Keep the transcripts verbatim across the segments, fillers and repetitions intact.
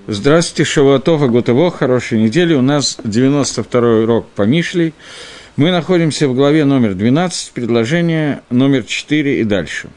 Здравствуйте, Шавуатов, Агутово, хорошей недели. У нас девяносто второй урок по Мишлей. Мы находимся в главе номер двенадцать, предложение номер четыре и дальше.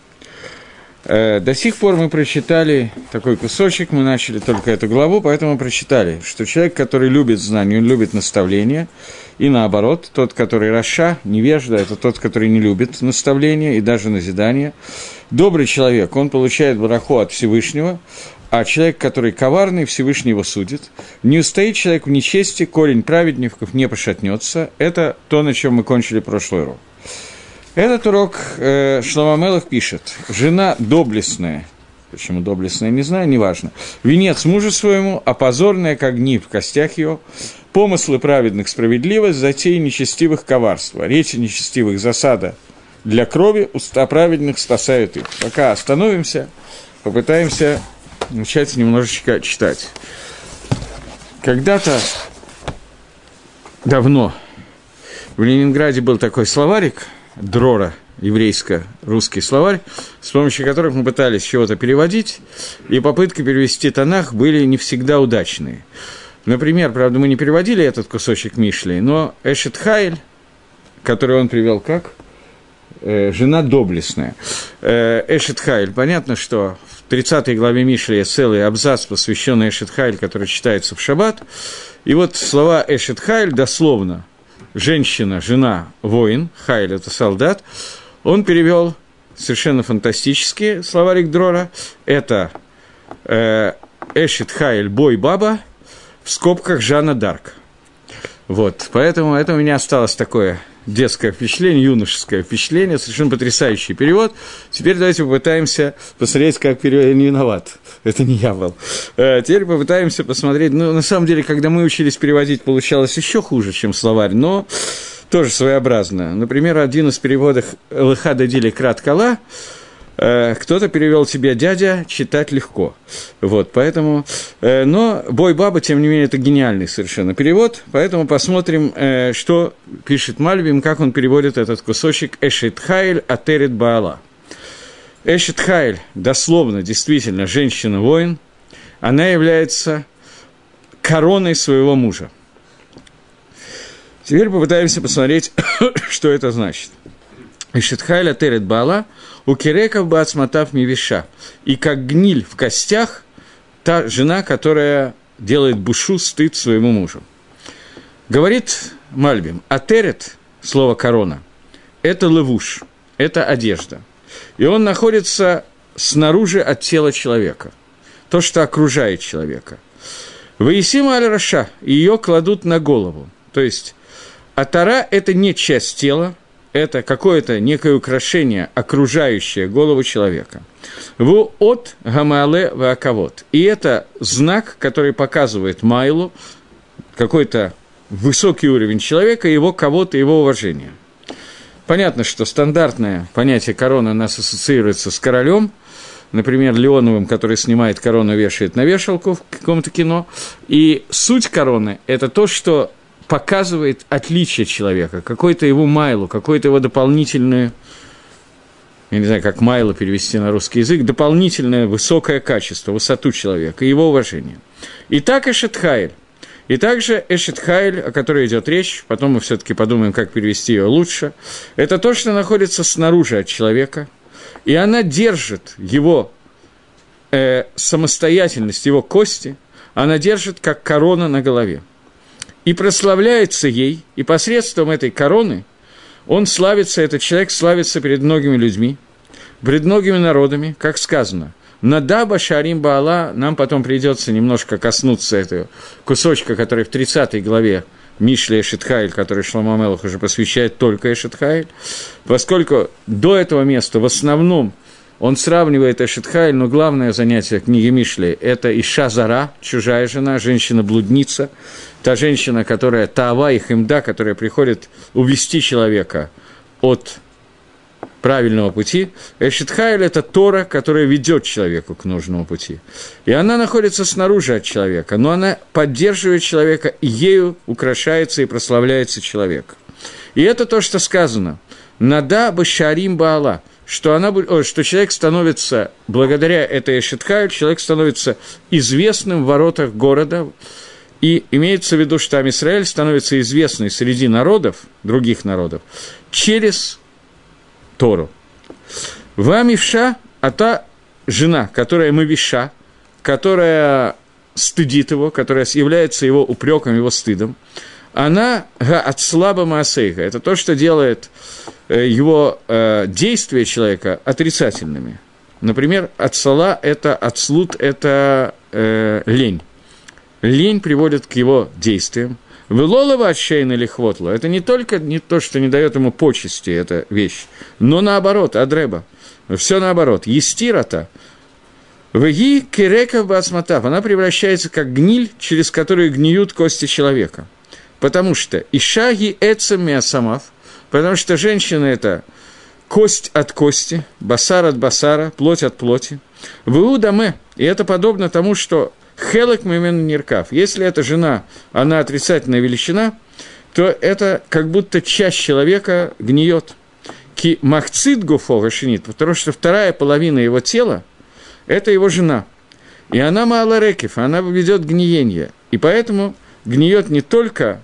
Э, до сих пор мы прочитали такой кусочек, мы начали только эту главу, поэтому прочитали, что человек, который любит знания, он любит наставления, и наоборот, тот, который раша, невежда, это тот, который не любит наставления и даже назидания. Добрый человек, он получает бараху от Всевышнего, а человек, который коварный, Всевышний его судит. Не устоит человек в нечести, корень праведников не пошатнется. Это то, на чем мы кончили прошлый урок. Этот урок э, Шломо Мелех пишет. Жена доблестная, почему доблестная, не знаю, неважно. Венец мужу своему, а позорная, как гниль в костях его. Помыслы праведных справедливость, затеи нечестивых коварство. Речи нечестивых засада для крови, уста праведных спасают их. Пока остановимся, попытаемся начать немножечко читать. Когда-то давно в Ленинграде был такой словарик, Дрора, еврейско-русский словарь, с помощью которых мы пытались чего-то переводить, и попытки перевести Танах были не всегда удачные. Например, правда, мы не переводили этот кусочек Мишли, но Эшет Хайль, который он привел как? Э, жена доблестная. Э, Эшет Хайль, понятно, что в тридцатой главе Мишли есть целый абзац, посвященный Эшет Хайль, который читается в шаббат. И вот слова Эшет Хайль, дословно, женщина, жена, воин, Хайль – это солдат, он перевел совершенно фантастические словарик Дрора. Это э, Эшет Хайль, бой баба, в скобках Жанна Дарк. Вот, поэтому это у меня осталось такое детское впечатление, юношеское впечатление, совершенно потрясающий перевод. Теперь давайте попытаемся посмотреть, как перевод. Я не виноват, это не я был. А теперь попытаемся посмотреть. Ну, на самом деле, когда мы учились переводить, получалось еще хуже, чем словарь, но тоже своеобразно. Например, один из переводов «Лыха дадили крат кала», кто-то перевел тебе «дядя», читать легко. Вот, поэтому... Но «Бой баба», тем не менее, это гениальный совершенно перевод, поэтому посмотрим, что пишет Мальбим, как он переводит этот кусочек «Эшет Хайль атерет баала». Эшет Хайль, дословно, действительно, женщина-воин, она является короной своего мужа. Теперь попытаемся посмотреть, что это значит. Эшет Хайль атерет баала, у киреков бацматав мивиша, и как гниль в костях та жена, которая делает бушу, стыд своему мужу. Говорит Мальбим, атерет, слово корона, это левуш, это одежда, и он находится снаружи от тела человека, то, что окружает человека. Ваисима аль-раша, ее кладут на голову, то есть атара – это не часть тела, это какое-то некое украшение, окружающее голову человека. Ву от гамаале ваакавот. И это знак, который показывает майлу, какой-то высокий уровень человека, его кого-то, его уважения. Понятно, что стандартное понятие короны у нас ассоциируется с королем, например, Леоновым, который снимает корону, вешает на вешалку в каком-то кино. И суть короны – это то, что показывает отличие человека, какой-то его майлу, какое-то его дополнительное, я не знаю, как майло перевести на русский язык, дополнительное высокое качество, высоту человека и его уважение. И так Эшет Хайль. И также Эшет Хайль, о которой идет речь, потом мы все-таки подумаем, как перевести ее лучше, это то, что находится снаружи от человека, и она держит его э, самостоятельность, его кости, она держит как корона на голове. И прославляется ей, и посредством этой короны он славится, этот человек славится перед многими людьми, перед многими народами, как сказано. Надаба шарим баала, нам потом придется немножко коснуться этого кусочка, который в тридцатой главе Мишли Эшет Хайль, который Шломо Мелех уже посвящает только Эшет Хайль, поскольку до этого места в основном он сравнивает Эшет Хайль, но главное занятие книги Мишли – это Иша Зара, чужая жена, женщина-блудница, та женщина, которая Таава и Химда, которая приходит увести человека от правильного пути. Эшет Хайль – это Тора, которая ведет человека к нужному пути. И она находится снаружи от человека, но она поддерживает человека, и ею украшается и прославляется человек. И это то, что сказано. «Нада башарим баала», что, она, о, что человек становится, благодаря этой эшет хайль, человек становится известным в воротах города, и имеется в виду, что Ам-Исраэль становится известной среди народов, других народов, через Тору. Ва-мивша, а та жена, которая мавиша, которая стыдит его, которая является его упреком, его стыдом, она от слаба маасейха. Это то, что делает его э, действия человека отрицательными. Например, отсала – это отслут, это э, лень. Лень приводит к его действиям. Вылолова отчаянно или хвотло – это не только не то, что не дает ему почести, эта вещь, но наоборот, адреба. Все наоборот. Естирата – веги кереков бацматав, она превращается как гниль, через которую гниют кости человека. Потому что ишаги эцем миасамав, потому что женщина – это кость от кости, басар от басара, плоть от плоти. Веудаме, и это подобно тому, что хелек мимен ниркав. Если эта жена, она отрицательная величина, то это как будто часть человека гниет. Ки махцит гуфо гашинит, потому что вторая половина его тела – это его жена. И она мааларекев, она ведет гниение. И поэтому гниет не только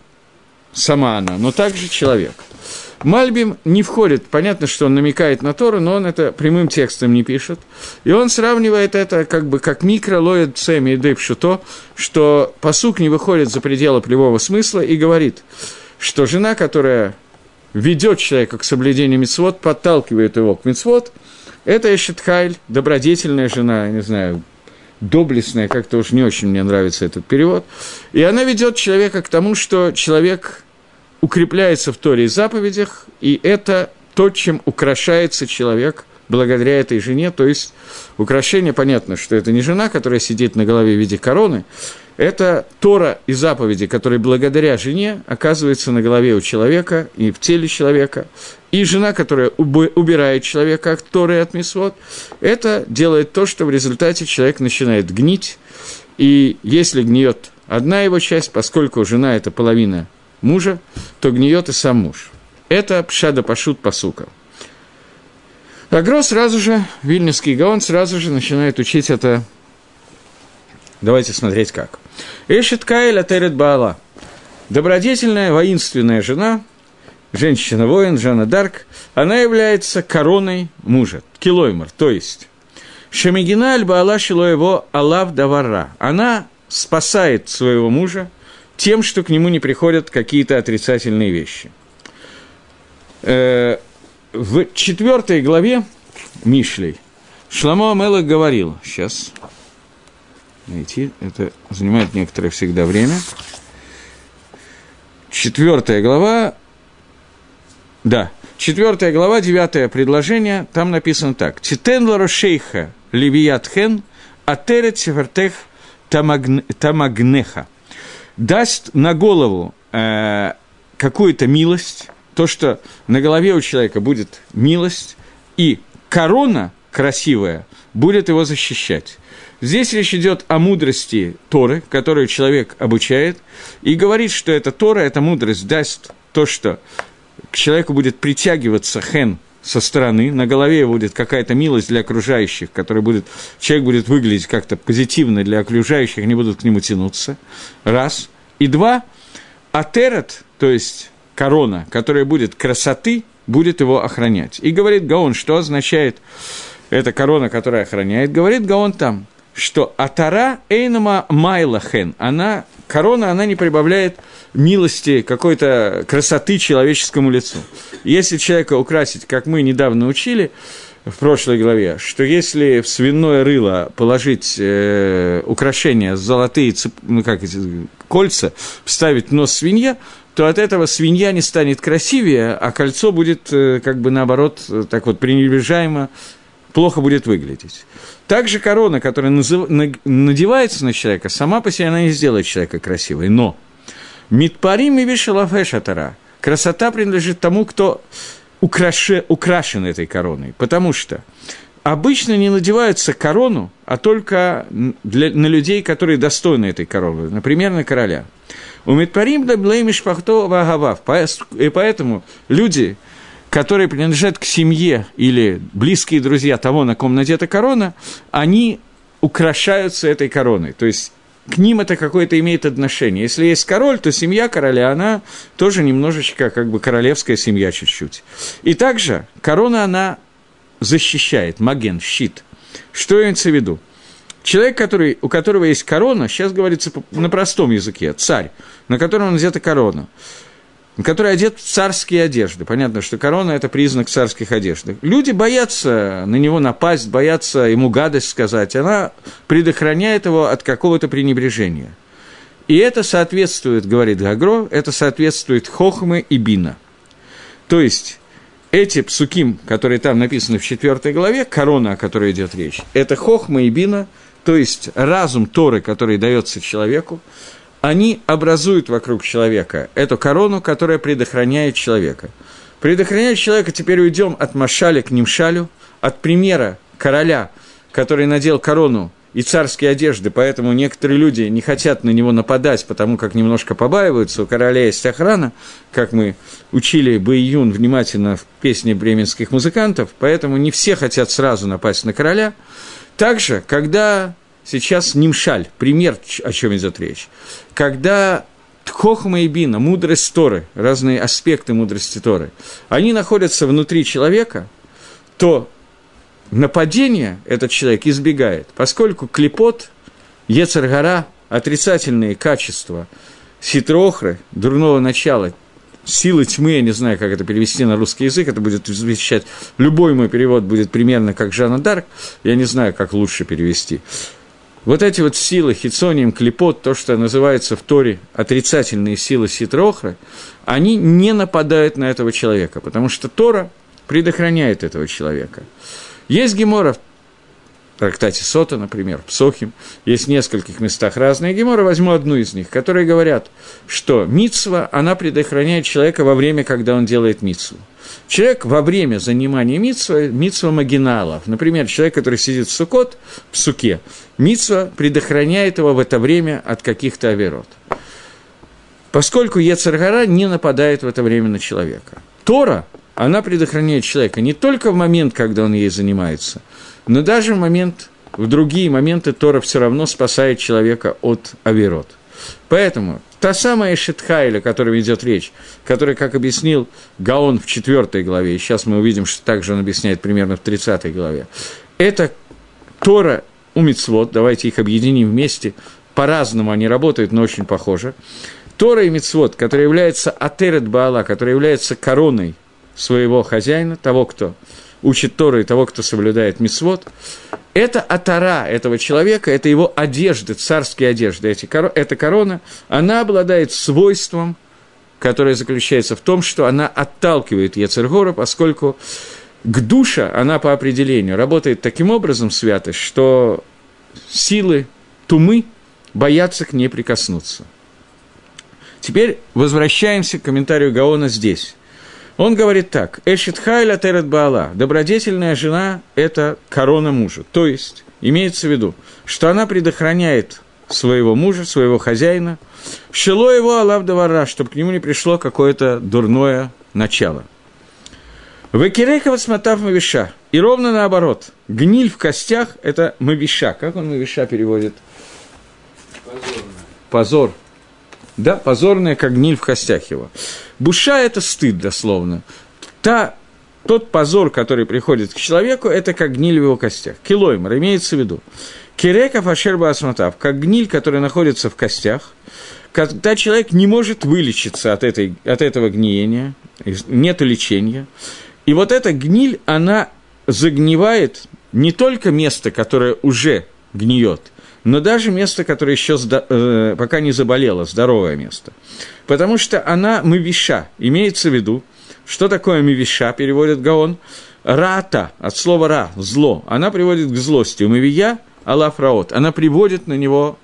сама она, но также человек. Мальбим не входит, понятно, что он намекает на Тору, но он это прямым текстом не пишет. И он сравнивает это как бы как микро, лоид, цеми и дэйпшуто, что пасук не выходит за пределы прямого смысла и говорит, что жена, которая ведет человека к соблюдению мицвот, подталкивает его к мицвот, это эшет хайль, добродетельная жена, я не знаю, доблестная, как-то уж не очень мне нравится этот перевод. И она ведет человека к тому, что человек укрепляется в Торе и заповедях, и это то, чем украшается человек благодаря этой жене. То есть украшение, понятно, что это не жена, которая сидит на голове в виде короны, это Тора и заповеди, которые благодаря жене оказываются на голове у человека и в теле человека. И жена, которая убирает человека от Торы и от мицвот, это делает то, что в результате человек начинает гнить. И если гниет одна его часть, поскольку жена – это половина мужа, то гниет и сам муж. Это пшада пашут пасука. Агро сразу же, Вильнюсский Гаон сразу же начинает учить это. Давайте смотреть как. Эшет Каэль атерет Баала. Добродетельная, воинственная жена, женщина-воин, Жанна Дарк, она является короной мужа, килоймар, то есть Шемигина аль-Баала шилоево алав давара. Она спасает своего мужа тем, что к нему не приходят какие-то отрицательные вещи. Э, в четвертой главе Мишлей Шломо ха-Мелех говорил, сейчас найти, это занимает некоторое всегда время. Четвертая глава, да, четвертая глава, девятое предложение, там написано так. «Титен ларо шейха левият хен, атерет севертех тамагнеха». Даст на голову э, какую-то милость, то, что на голове у человека будет милость, и корона красивая будет его защищать. Здесь речь идет о мудрости Торы, которую человек обучает, и говорит, что эта Тора, эта мудрость даст то, что к человеку будет притягиваться хен со стороны, на голове его будет какая-то милость для окружающих, которая будет, человек будет выглядеть как-то позитивно для окружающих, они будут к нему тянуться, раз. И два, атерет, то есть корона, которая будет красоты, будет его охранять. И говорит Гаон, что означает эта корона, которая охраняет, говорит Гаон там, что атара эйнама майлахен, она, корона, она не прибавляет милости, какой-то красоты человеческому лицу. Если человека украсить, как мы недавно учили в прошлой главе, что если в свиное рыло положить э, украшения, золотые цеп... ну, как эти, кольца, вставить в нос свинья, то от этого свинья не станет красивее, а кольцо будет, э, как бы наоборот, так вот пренебрежаемо, плохо будет выглядеть. Также корона, которая назыв... надевается на человека, сама по себе она не сделает человека красивой, но митпарим и вишалафеш атара. Красота принадлежит тому, кто украше... украшен этой короной, потому что обычно не надеваются корону, а только для... на людей, которые достойны этой короны, например, на короля. У митпарим да блеймиш пахто вагавав. И поэтому люди, которые принадлежат к семье или близкие друзья того, на ком надета корона, они украшаются этой короной. То есть к ним это какое-то имеет отношение. Если есть король, то семья короля, она тоже немножечко как бы королевская семья чуть-чуть. И также корона, она защищает, маген, щит. Что имеется в виду? Человек, который, у которого есть корона, сейчас говорится на простом языке, царь, на котором надета корона, который одет в царские одежды. Понятно, что корона – это признак царских одежд. Люди боятся на него напасть, боятся ему гадость сказать. Она предохраняет его от какого-то пренебрежения. И это соответствует, говорит Гагро, это соответствует хохме и бина. То есть эти псуким, которые там написаны в четвёртой главе, корона, о которой идет речь, это хохма и бина, то есть разум Торы, который дается человеку, они образуют вокруг человека эту корону, которая предохраняет человека. Предохраняет человека, теперь уйдем от машаля к нимшалю, от примера короля, который надел корону и царские одежды, поэтому некоторые люди не хотят на него нападать, потому как немножко побаиваются, у короля есть охрана, как мы учили Бэйюн внимательно в песне бременских музыкантов, поэтому не все хотят сразу напасть на короля. Также, когда сейчас нимшаль, пример, о чем идет речь, когда хохма и бина, мудрость Торы, разные аспекты мудрости Торы, они находятся внутри человека, то нападение этот человек избегает, поскольку клипот, йецер гара, отрицательные качества ситро-охры, дурного начала, силы тьмы, я не знаю, как это перевести на русский язык, это будет звучать, любой мой перевод будет примерно как Жанна Дарк, я не знаю, как лучше перевести. Вот эти вот силы, хитсонием, клипот, то, что называется в Торе отрицательные силы ситро-охры, они не нападают на этого человека, потому что Тора предохраняет этого человека. Есть гемора в трактате Сота, например, в Псохим, есть в нескольких местах разные геморы, возьму одну из них, которые говорят, что мицва, она предохраняет человека во время, когда он делает мицву. Человек во время занимания мицвы, мицва магиналов, например, человек, который сидит в сукот, в суке, мицва предохраняет его в это время от каких-то аверот. Поскольку йецер гара не нападает в это время на человека. Тора, она предохраняет человека не только в момент, когда он ей занимается, но даже в момент, в другие моменты Тора все равно спасает человека от аверот. Поэтому та самая Шетхайля, о которой идет речь, которая, как объяснил Гаон в четвёртой главе, и сейчас мы увидим, что также он объясняет примерно в тридцатой главе, это Тора у мицвот, давайте их объединим вместе, по-разному они работают, но очень похоже. Тора и мицвот, которая является атерет Баала, которая является короной своего хозяина, того, кто учит Тору и того, кто соблюдает мицвот, это атара этого человека, это его одежды, царские одежды, эти, эта корона, она обладает свойством, которое заключается в том, что она отталкивает йецер гара, поскольку к душе она по определению работает таким образом, святость, что силы тумы боятся к ней прикоснуться. Теперь возвращаемся к комментарию Гаона здесь. Он говорит так: «Эшет хайля терет баала» – добродетельная жена – это корона мужа. То есть, имеется в виду, что она предохраняет своего мужа, своего хозяина, «шело его алав давара», чтобы к нему не пришло какое-то дурное начало. «Векерейка смотав мавиша». И ровно наоборот, гниль в костях – это мавиша. Как он мавиша переводит? Позорно. Позор. Да, позорная, как гниль в костях его. Буша – это стыд, дословно. Та, тот позор, который приходит к человеку, это как гниль в его костях. Килоймер, имеется в виду. Киреков ашерба асматав, как гниль, которая находится в костях, когда человек не может вылечиться от, этой, от этого гниения, нет лечения. И вот эта гниль, она загнивает не только место, которое уже гниет, но даже место, которое еще э, пока не заболело, здоровое место. Потому что она мавиша, имеется в виду, что такое мавиша, переводит Гаон, раата, от слова ра, зло, она приводит к злости, мавия, алаф раот, она приводит на него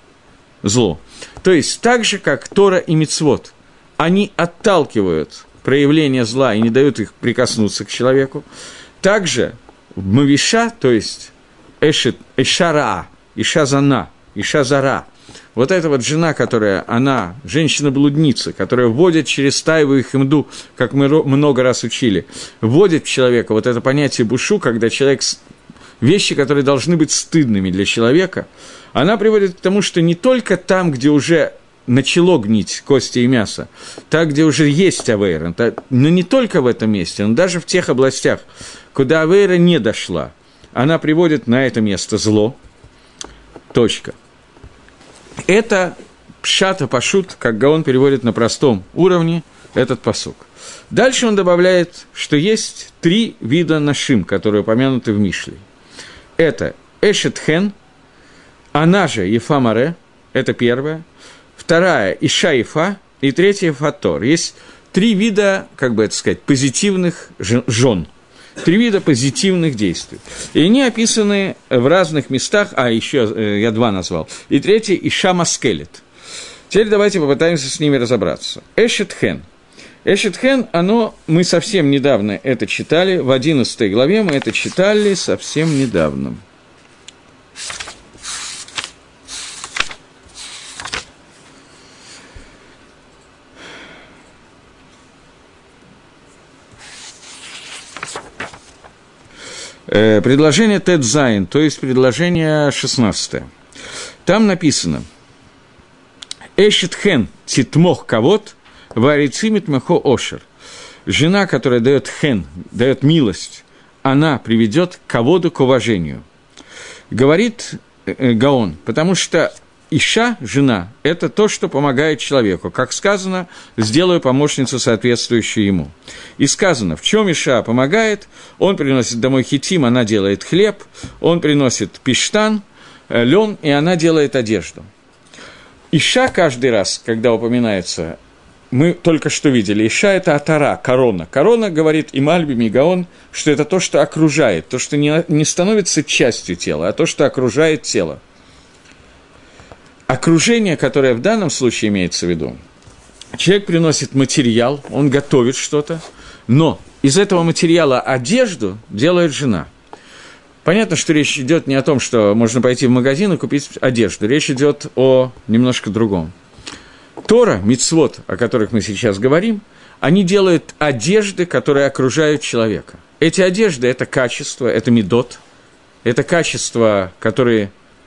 зло. То есть, так же, как Тора и мицвот, они отталкивают проявление зла и не дают их прикоснуться к человеку, также мавиша, то есть эшет, эшара, Иша зана, Иша зара, вот эта вот жена, которая, она, женщина-блудница, которая вводит через тайву и химду, как мы много раз учили, вводит в человека вот это понятие бушу, когда человек, вещи, которые должны быть стыдными для человека, она приводит к тому, что не только там, где уже начало гнить кости и мясо, так, где уже есть авейра, но не только в этом месте, но даже в тех областях, куда авейра не дошла, она приводит на это место зло, точка. Это пшат пашут, как Гаон переводит на простом уровне этот пасук. Дальше он добавляет, что есть три вида нашим, которые упомянуты в Мишле. Это эшет хен, она же ефа маре, это первое. Вторая иша ефа, и третья ефа тор. Есть три вида, как бы это сказать, позитивных жен. Три вида позитивных действий. И они описаны в разных местах, а еще я два назвал. И третий – Иша Маскелет. Теперь давайте попытаемся с ними разобраться. Эшет хен. Эшет хен, оно, мы совсем недавно это читали, в одиннадцатой главе мы это читали совсем недавно. Предложение Тет Зайн, то есть предложение шестнадцатое. Там написано «Эшет хен титмох кавот, варицимит мехо ошер». Жена, которая дает хен, дает милость, она приведет к каводу, к уважению. Говорит э, Гаон, потому что Иша, жена, это то, что помогает человеку. Как сказано, сделаю помощницу, соответствующую ему. И сказано, в чем Иша помогает, он приносит домой хитим, она делает хлеб, он приносит пиштан, лен, и она делает одежду. Иша каждый раз, когда упоминается, мы только что видели, Иша – это атара, корона. Корона, говорит и Мальбим, и Гаон, что это то, что окружает, то, что не, не становится частью тела, а то, что окружает тело. Окружение, которое в данном случае имеется в виду, человек приносит материал, он готовит что-то, но из этого материала одежду делает жена. Понятно, что речь идет не о том, что можно пойти в магазин и купить одежду, речь идет о немножко другом. Тора, мицвот, о которых мы сейчас говорим, они делают одежды, которые окружают человека. Эти одежды – это качество, это мидот, это качества, которые...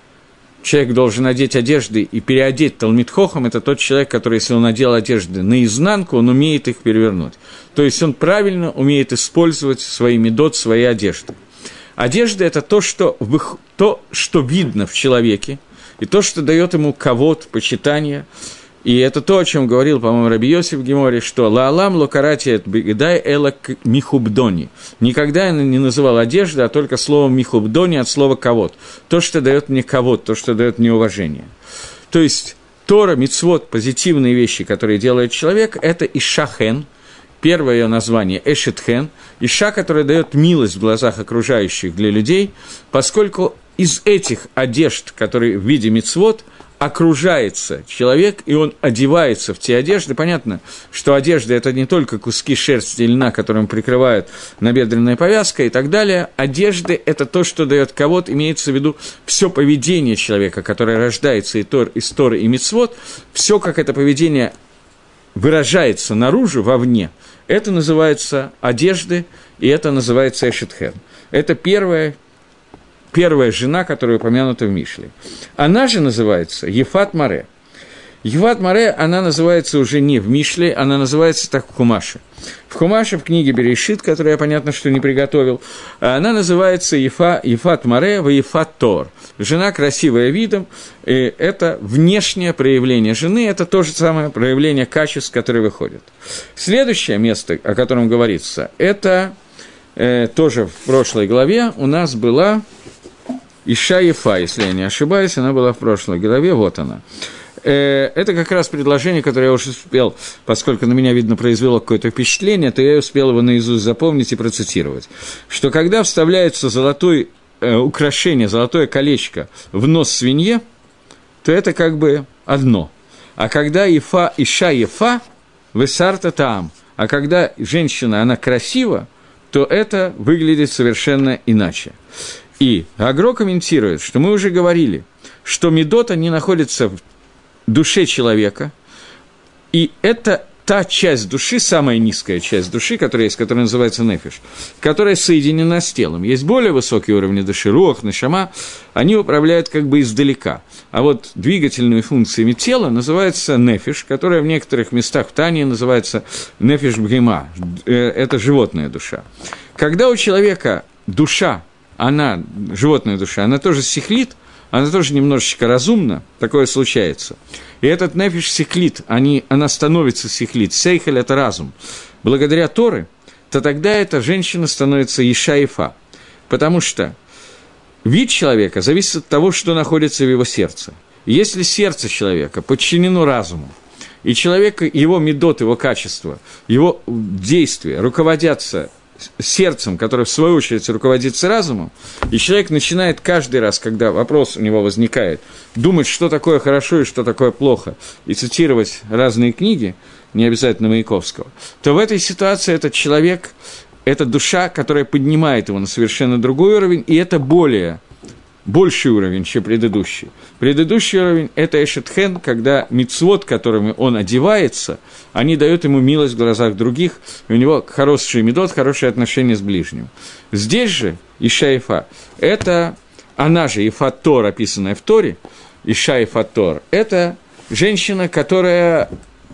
Человек должен надеть одежды и переодеть Талмид Хохам, это тот человек, который, если он надел одежды наизнанку, он умеет их перевернуть. То есть он правильно умеет использовать свои медот, свои одежды. Одежда – это то что, то, что видно в человеке, и то, что дает ему кавод, почитание. И это то, о чем говорил, по-моему, Раби Йосиф в Геморе, что «Лаалам локаратиет бигдай эла михубдони». Никогда я не называл одежды, а только словом михубдони от слова кавод. То, что дает мне кавод, то, что дает мне уважение. То есть Тора, мицвот, позитивные вещи, которые делает человек, это ишахен. Первое ее название – эшетхен. Иша, которая дает милость в глазах окружающих для людей, поскольку из этих одежд, которые в виде мицвот, окружается человек, и он одевается в те одежды. Понятно, что одежда – это не только куски шерсти и льна, которым прикрывают набедренная повязка и так далее. Одежды – это то, что дает кавод, имеется в виду все поведение человека, которое рождается из Торы и мицвот, все, как это поведение выражается наружу, вовне, это называется одежды, и это называется эшетхен. Это первое. Первая жена, которая упомянута в Мишле. Она же называется Ефат Маре. Ефат Маре, она называется уже не в Мишле, она называется так в Хумаше. В Хумаше, в книге Берешит, которую я, понятно, что не приготовил, она называется Ефа, Ефат Маре во Ефат Тор. Жена красивая видом, и это внешнее проявление жены, это то же самое проявление качеств, которые выходят. Следующее место, о котором говорится, это э, тоже в прошлой главе у нас была... Иша Ефа, если я не ошибаюсь, она была в прошлой главе, вот она. Это как раз предложение, которое я уже успел, поскольку на меня, видно, произвело какое-то впечатление, то я успел его наизусть запомнить и процитировать. Что когда вставляется золотое э, украшение, золотое колечко в нос свинье, то это как бы одно. А когда Ефа, Иша Ефа, весарта там, а когда женщина, она красива, то это выглядит совершенно иначе. И Агро комментирует, что мы уже говорили, что медот, они находятся в душе человека, и это та часть души, самая низкая часть души, которая есть, которая называется нефиш, которая соединена с телом. Есть более высокие уровни души, руах, нешама, они управляют как бы издалека. А вот двигательными функциями тела называется нефиш, которая в некоторых местах в Тане называется нефиш бгема, это животная душа. Когда у человека душа, она, животная душа, она тоже сихлит, она тоже немножечко разумна, такое случается. И этот нефиш сихлит, они, она становится сихлит, сейхель – это разум. Благодаря Торе, то тогда эта женщина становится иша ифа, потому что вид человека зависит от того, что находится в его сердце. Если сердце человека подчинено разуму, и человек, его медот, его качество, его действия руководятся сердцем, которое в свою очередь руководится разумом, и человек начинает каждый раз, когда вопрос у него возникает, думать, что такое хорошо и что такое плохо, и цитировать разные книги, не обязательно Маяковского, то в этой ситуации этот человек, это душа, которая поднимает его на совершенно другой уровень, и это более, больший уровень, чем предыдущий. Предыдущий уровень – это эшетхен, когда мицвот, которыми он одевается, они дают ему милость в глазах других, и у него хороший медот, хорошие отношения с ближним. Здесь же Иша Ифа – это, она же Ифа Тор, описанная в Торе, Иша Ифа Тор – это женщина, которая,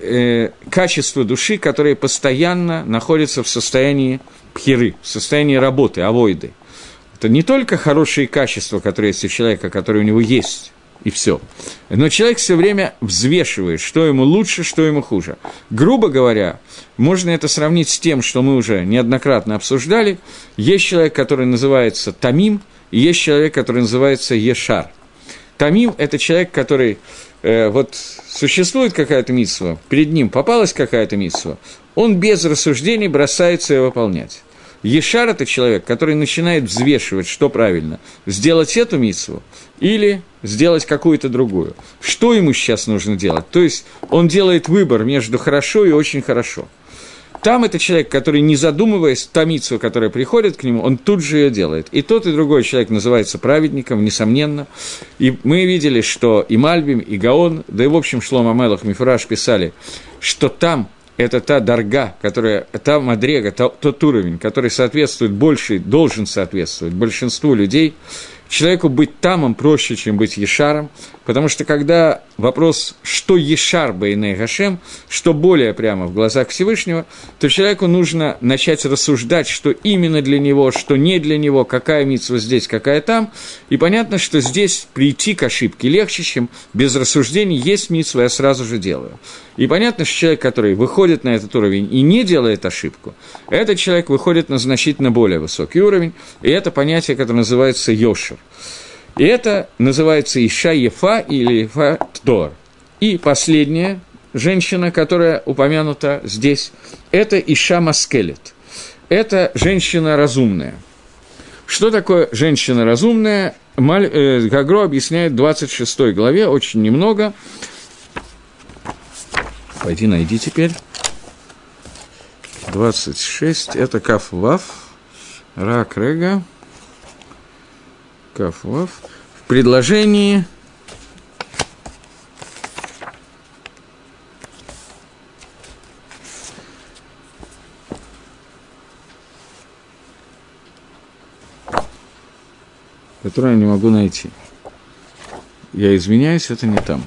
э, качество души, которая постоянно находится в состоянии пхиры, в состоянии работы, авойды. Это не только хорошие качества, которые есть у человека, которые у него есть, и все. Но человек все время взвешивает, что ему лучше, что ему хуже. Грубо говоря, можно это сравнить с тем, что мы уже неоднократно обсуждали. Есть человек, который называется Тамим, и есть человек, который называется Ешар. Тамим – это человек, который… Э, вот существует какая-то мицва, перед ним попалась какая-то мицва, он без рассуждений бросается ее выполнять. Ешар – это человек, который начинает взвешивать, что правильно, сделать эту мицву или сделать какую-то другую. Что ему сейчас нужно делать? То есть он делает выбор между хорошо и очень хорошо. Там это человек, который, не задумываясь, та мицва, которая приходит к нему, он тут же ее делает. И тот, и другой человек называется праведником, несомненно. И мы видели, что и Мальбим, и Гаон, да и, в общем, Шломо Мелех, Мифураш писали, что там это та дарга, которая, та мадрега, та, тот уровень, который соответствует больше, должен соответствовать большинству людей. Человеку быть тамом проще, чем быть ешаром, потому что когда вопрос, что ешар бейней Гашем, что более прямо в глазах Всевышнего, то человеку нужно начать рассуждать, что именно для него, что не для него, какая мицва здесь, какая там, и понятно, что здесь прийти к ошибке легче, чем без рассуждений, есть мицва, я сразу же делаю. И понятно, что человек, который выходит на этот уровень и не делает ошибку, этот человек выходит на значительно более высокий уровень, и это понятие, которое называется йошер. И это называется Иша Ефа или Ефа Тор. И последняя женщина, которая упомянута здесь, это Иша Маскелет. Это женщина разумная. Что такое женщина разумная? Гагро объясняет в двадцать шестой главе, очень немного. Пойди найди теперь. двадцать шесть, это Каф Вав, Рак Рега. Каф Вав. В предложении которое я не могу найти. Я извиняюсь, это не там.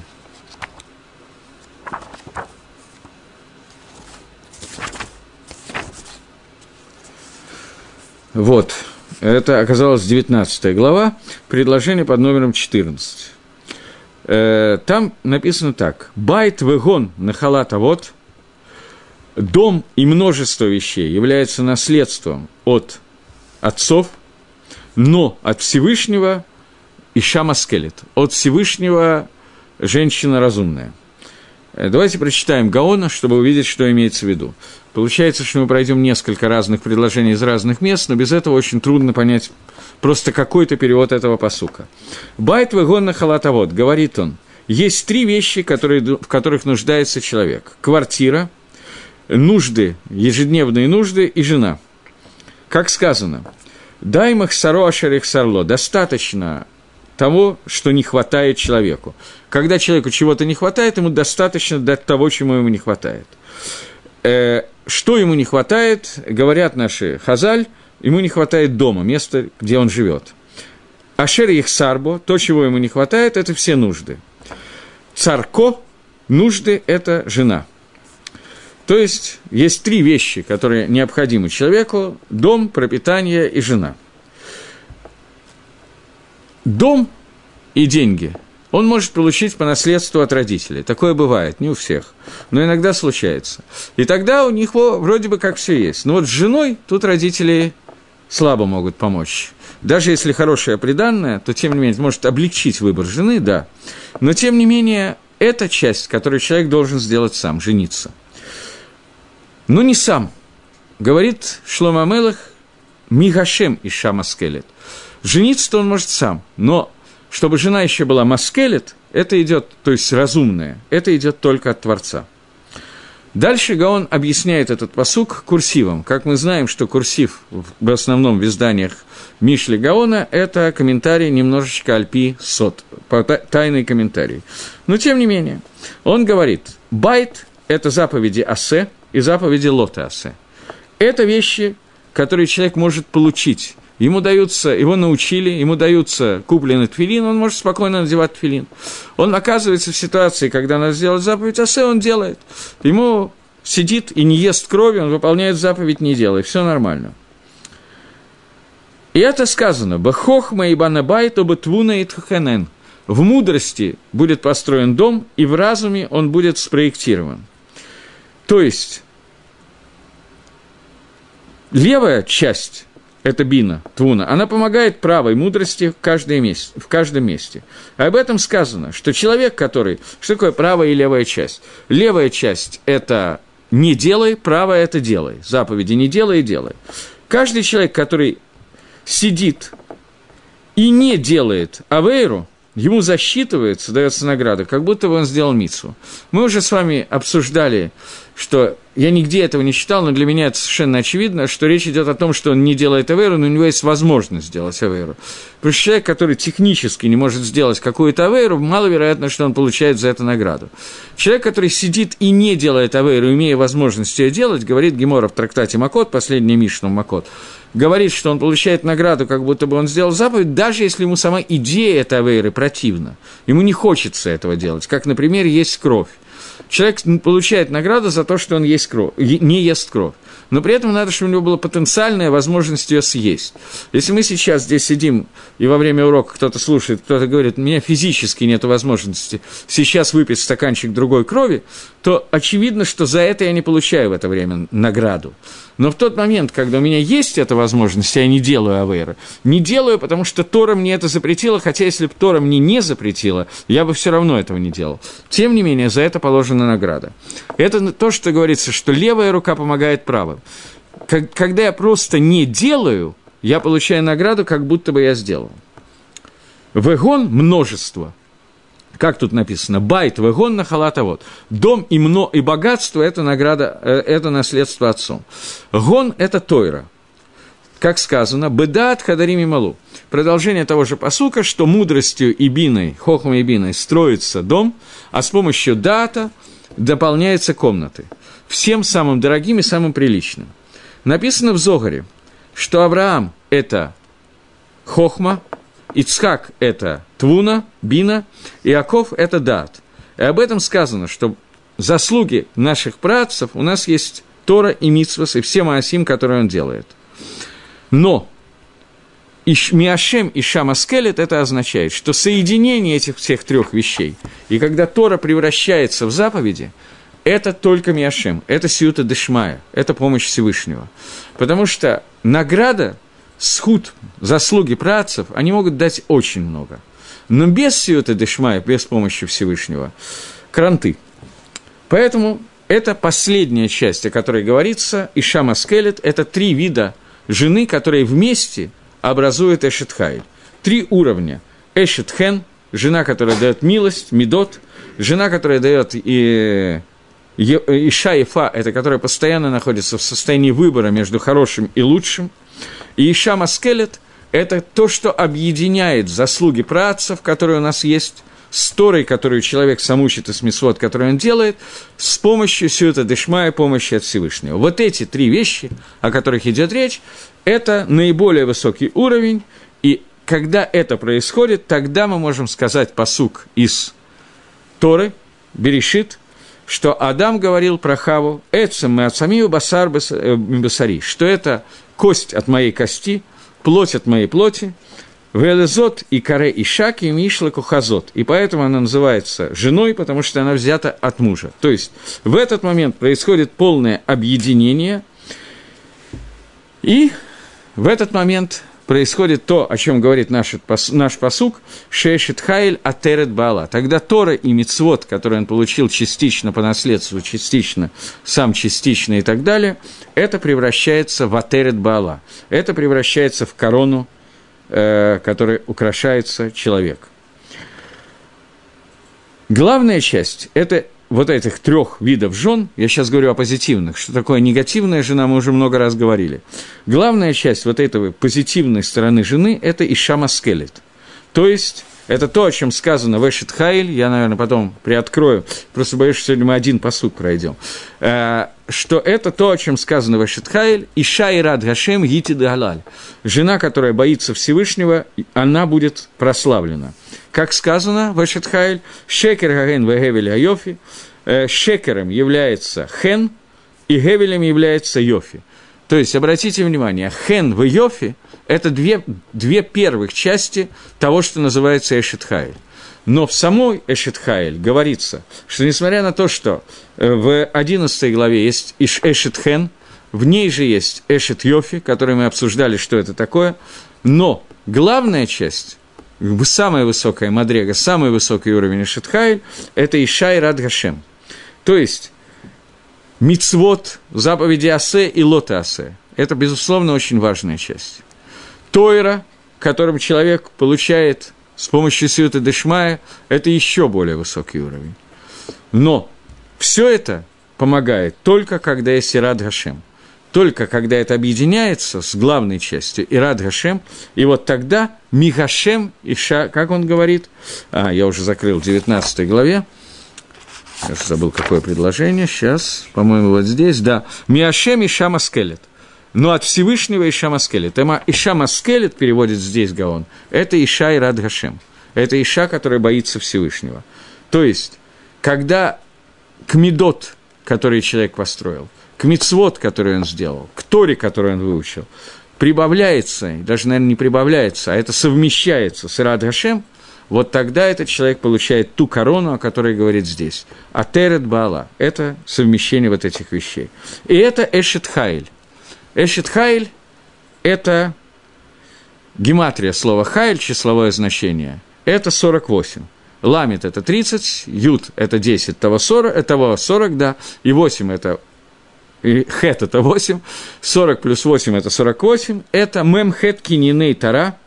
Вот, это оказалась девятнадцатая глава, предложение под номером четырнадцать. Э, там написано так. «Байт вегон нахалат авот», дом и множество вещей является наследством от отцов, но от Всевышнего Иша Маскелет, от Всевышнего женщина разумная. Давайте прочитаем Гаона, чтобы увидеть, что имеется в виду. Получается, что мы пройдем несколько разных предложений из разных мест, но без этого очень трудно понять просто какой-то перевод этого пасука. «Байт вегон халатавод», говорит он, есть три вещи, которые, в которых нуждается человек. Квартира, нужды, ежедневные нужды и жена. Как сказано, «Дай махсаро ашерих сарло», достаточно того, что не хватает человеку. Когда человеку чего-то не хватает, ему достаточно дать того, чему ему не хватает. Э, что ему не хватает, говорят наши хазаль, ему не хватает дома, места, где он живет. Ашер их сарбо, то, чего ему не хватает, это все нужды. Царко, нужды – это жена. То есть, есть три вещи, которые необходимы человеку – дом, пропитание и жена. Дом и деньги он может получить по наследству от родителей. Такое бывает, не у всех, но иногда случается. И тогда у них вроде бы как все есть. Но вот с женой тут родители слабо могут помочь. Даже если хорошая приданная, то, тем не менее, может облегчить выбор жены, да. Но, тем не менее, это часть, которую человек должен сделать сам, жениться. Но не сам. Говорит Шломо а-Мелех, «Мигашем иша маскелет». Жениться-то он может сам, но чтобы жена еще была маскелет, это идет, то есть разумная, это идет только от Творца. Дальше Гаон объясняет этот пасук курсивом. Как мы знаем, что курсив в основном в изданиях Мишли Гаона – это комментарий немножечко альпи сот, тайный комментарий. Но тем не менее, он говорит, байт – это заповеди асе и заповеди лота асе. Это вещи, которые человек может получить. Ему даются, его научили, ему даются купленный тфилин, он может спокойно надевать тфилин. Он оказывается в ситуации, когда надо сделать заповедь асе, он делает. Ему сидит и не ест крови, он выполняет заповедь, не делает, все нормально. И это сказано, «Бахохма и банабайт оба твуна и тханен». В мудрости будет построен дом, и в разуме он будет спроектирован. То есть, левая часть, это бина, твуна, она помогает правой мудрости в, каждое месте, в каждом месте. Об этом сказано, что человек, который... Что такое правая и левая часть? Левая часть – это не делай, правая – это делай. Заповеди не делай и делай. Каждый человек, который сидит и не делает авейру, ему засчитывается, дается награда, как будто бы он сделал мицву. Мы уже с вами обсуждали, что я нигде этого не читал, но для меня это совершенно очевидно, что речь идет о том, что он не делает авейру, но у него есть возможность сделать авейру. Потому что человек, который технически не может сделать какую-то авейру, маловероятно, что он получает за это награду. Человек, который сидит и не делает авейру, имея возможность ее делать, говорит Гемора в трактате Макот, последний Мишна Макот, говорит, что он получает награду, как будто бы он сделал заповедь, даже если ему сама идея этой авейры противна. Ему не хочется этого делать, как, например, есть кровь. Человек получает награду за то, что он есть кровь, не ест кровь. Но при этом надо, чтобы у него была потенциальная возможность ее съесть. Если мы сейчас здесь сидим, и во время урока кто-то слушает, кто-то говорит, у меня физически нет возможности сейчас выпить стаканчик другой крови, то очевидно, что за это я не получаю в это время награду. Но в тот момент, когда у меня есть эта возможность, я не делаю авейру, не делаю, потому что Тора мне это запретила, хотя если бы Тора мне не запретила, я бы все равно этого не делал. Тем не менее, за это положена награда. Это то, что говорится, что левая рука помогает правой. Когда я просто не делаю, я получаю награду, как будто бы я сделал. Вегон – множество. Как тут написано? Байт, вегон, нахалата, вот. Дом и, мно, и богатство – это награда, это наследство отцом. Гон – это тойра. Как сказано, бедаат хадарим и малу. Продолжение того же пасука, что мудростью и биной, хохмой и биной строится дом, а с помощью даата дополняются комнаты. Всем самым дорогим и самым приличным. Написано в Зогаре, что Авраам – это хохма, Ицхак – это твуна, бина, Иаков – это даат. И об этом сказано, что заслуги наших праотцев у нас есть Тора и мицвос, и все маасим, которые он делает. Но Миашем и Шамаскелет – это означает, что соединение этих всех трех вещей, и когда Тора превращается в заповеди, это только Миашем, это сиюта дешмая, это помощь Всевышнего. Потому что награда, схуд, заслуги праотцев, они могут дать очень много. Но без сиюта дешмая, без помощи Всевышнего, кранты. Поэтому это последняя часть, о которой говорится, и Шамаскелет – это три вида жены, которые вместе образуют Эшет-Хайль. Три уровня. Эшет-Хен – жена, которая дает милость, медот, жена, которая дает и... Иша Ифа – это которая постоянно находится в состоянии выбора между хорошим и лучшим. И Иша Маскелет – это то, что объединяет заслуги праотцев, которые у нас есть, с Торой, которую человек сам учит, и с мицвот, которую он делает, с помощью сюта дешмая, помощи от Всевышнего. Вот эти три вещи, о которых идет речь, это наиболее высокий уровень, и когда это происходит, тогда мы можем сказать пасук из Торы, Берешит, что Адам говорил про Хаву, «Эцем мы отсамию басар басари», что это кость от моей кости, плоть от моей плоти, «Велезот и каре ишаки мишла кухазот», и поэтому она называется женой, потому что она взята от мужа. То есть в этот момент происходит полное объединение, и в этот момент происходит то, о чем говорит наш, наш пасук, «Шешет хайль атерет баала». Тогда Тора и мицвот, которые он получил частично по наследству, частично, сам частично и так далее, это превращается в атерет баала. Это превращается в корону, э, которой украшается человек. Главная часть – это вот этих трех видов жен, я сейчас говорю о позитивных, что такое негативная жена, мы уже много раз говорили. Главная часть вот этой позитивной стороны жены – это иша маскелет. То есть, это то, о чем сказано в Эшет Хайль, я, наверное, потом приоткрою, просто боюсь, что сегодня мы один пасук пройдем, что это то, о чем сказано в Эшет Хайль, иша и рад гашем гити дагалаль. Жена, которая боится Всевышнего, она будет прославлена. Как сказано в Эшет Хайль, шекер гаген вегевель айофи, шекером является хен, и гевелем является йофи. То есть, обратите внимание, хен в йофи – это две, две первых части того, что называется Эшет Хайль. Но в самой Эшет Хайль говорится, что несмотря на то, что в одиннадцатой главе есть Эшет Хен, в ней же есть Эшет Йофи, который мы обсуждали, что это такое, но главная часть, самая высокая мадрега, самый высокий уровень Эшет Хайль – это Иша и Рад Гашем. То есть, мицвот, заповеди Асе и Лота Асе – это, безусловно, очень важная часть. Тойра, которым человек получает с помощью Сиюта Дешмая, это еще более высокий уровень. Но все это помогает только когда есть Ират Гашем. Только когда это объединяется с главной частью Ират Гашем, и вот тогда Мигашем Иша, как он говорит, а, я уже закрыл в девятнадцатой главе, я уже забыл, какое предложение, сейчас, по-моему, вот здесь, да, Миашем Иша Маскелет. Но от Всевышнего Иша Маскелет. Иша Маскелет, переводит здесь Гаон, это Иша и Рад Гашем. Это Иша, которая боится Всевышнего. То есть, когда к медот, который человек построил, к мицвот, который он сделал, к Торе, которую он выучил, прибавляется, даже, наверное, не прибавляется, а это совмещается с Рад Гашем, вот тогда этот человек получает ту корону, о которой говорит здесь. Атерет Баала. Это совмещение вот этих вещей. И это Эшет Хайль. Эшет Хайль – это гематрия слова Хайль, числовое значение, это сорок восемь. Ламит – это тридцать, Ют – это десять, того сорок, того сорок, да, и восемь – это, и Хет – это восемь, сорок плюс восемь – это сорок восемь, это Мем Хет Кининей Тара,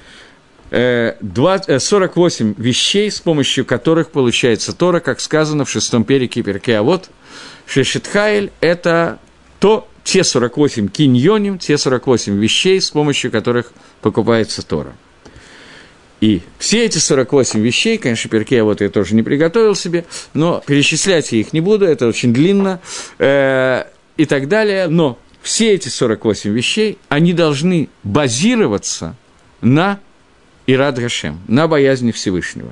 сорок восемь вещей, с помощью которых получается Тора, как сказано в шестом перике Перкей Авот. Шешет Хайль – это то, те сорок восемь киньоним, те сорок восемь вещей, с помощью которых покупается Тора. И все эти сорок восемь вещей, конечно, Перкей Авот я тоже не приготовил себе, но перечислять я их не буду, это очень длинно, э, и так далее. Но все эти сорок восемь вещей, они должны базироваться на Ират Гашем, на боязни Всевышнего.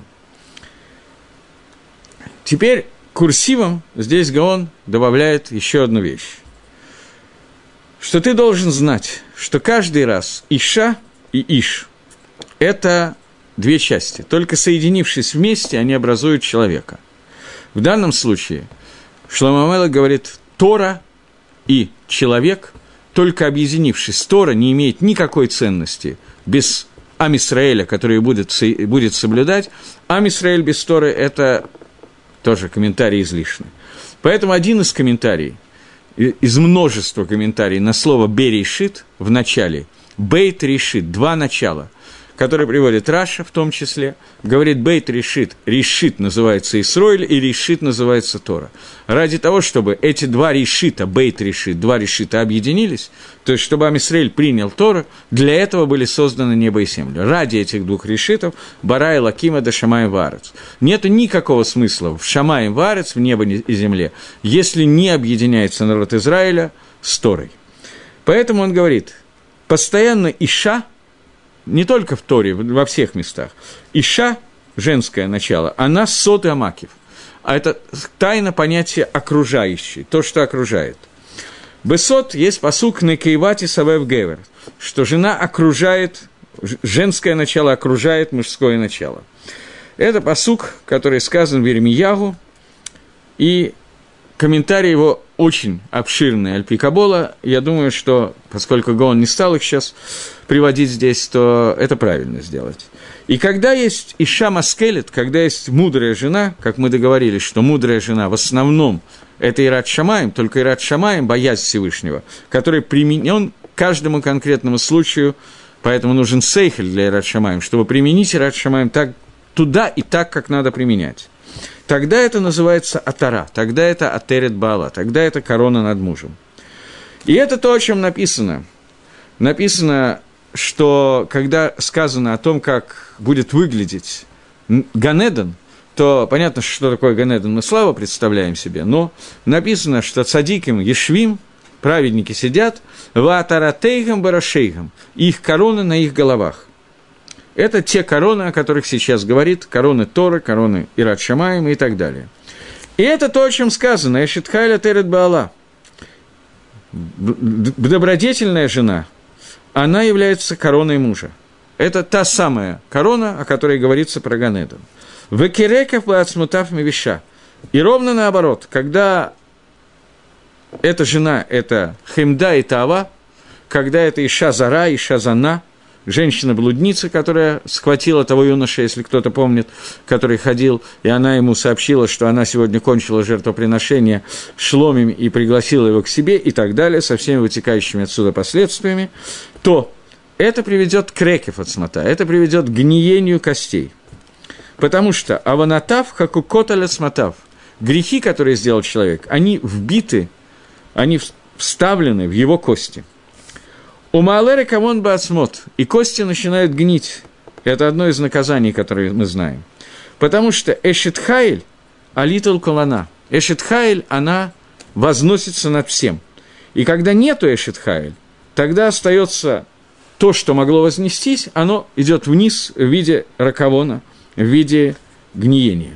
Теперь курсивом здесь Гаон добавляет еще одну вещь. Что ты должен знать, что каждый раз Иша и Иш – это две части. Только соединившись вместе, они образуют человека. В данном случае Шломо ха-Мелех говорит, Тора и человек, только объединившись, Тора не имеет никакой ценности без Ам Исраэля, который будет, будет соблюдать. Ам Исраэль без Торы – это тоже комментарий излишний. Поэтому один из комментариев, из множества комментариев на слово «берешит» в начале, «бейт решит» – два начала. который приводит Раша в том числе, говорит «бейт решит», «решит» называется Исроэль, и «решит» называется Тора. Ради того, чтобы эти два решита, «бейт решит», два решита объединились, то есть чтобы Ам Исраэль принял Тору, для этого были созданы небо и земля. Ради этих двух решитов «бара элокима да шамаем ваарец». Нет никакого смысла в шамаем ваарец, в небо и земле, если не объединяется народ Израиля с Торой. Поэтому он говорит, постоянно Иша, не только в Торе, во всех местах, Иша, женское начало, она сот и амакив, а это тайна понятия окружающей, то, что окружает. Бесот есть пасук некейвати савев гевер, что жена окружает, женское начало окружает мужское начало. Это пасук, который сказан в Ирмиягу, и комментарий его очень обширный, Аль-Пи Кабола. Я думаю, что, поскольку Гаон не стал их сейчас приводить здесь, то это правильно сделать. И когда есть Иша Маскелет, когда есть мудрая жена, как мы договорились, что мудрая жена в основном это Ират Шамаем, только Ират Шамаем, боязнь Всевышнего, который применен к каждому конкретному случаю, поэтому нужен сейхель для Ират Шамаем, чтобы применить Ират Шамаем так, туда и так, как надо применять. Тогда это называется атара, тогда это атерет баала, тогда это корона над мужем. И это то, о чем написано. Написано, что когда сказано о том, как будет выглядеть Ганеден, то понятно, что такое Ганеден, мы слабо представляем себе, но написано, что цадиким ешвим, праведники сидят, ва атаратейгам барашейгам, их короны на их головах. Это те короны, о которых сейчас говорит, короны Торы, короны Ират Шамаем и так далее. И это то, о чем сказано, Эшет Хайль Атерет Баала. Добродетельная жена, она является короной мужа. Это та самая корона, о которой говорится про Ганеден. Векереков баацмутав мивиша. И ровно наоборот, когда эта жена – это хемда и тава, когда это Иша Зара, Иша Зана, женщина-блудница, которая схватила того юноша, если кто-то помнит, который ходил, и она ему сообщила, что она сегодня кончила жертвоприношение шломим и пригласила его к себе, и так далее, со всеми вытекающими отсюда последствиями, то это приведет к рекев от смота, это приведет к гниению костей. Потому что аванатав, как у коталя смотав, грехи, которые сделал человек, они вбиты, они вставлены в его кости. У Маалеры камон баацмот, и кости начинают гнить. Это одно из наказаний, которые мы знаем. Потому что Эшет Хайль, алитал колана. Эшет Хайль, она возносится над всем. И когда нету Эшет Хайль, тогда остается то, что могло вознестись, оно идет вниз в виде ракавона, в виде гниения.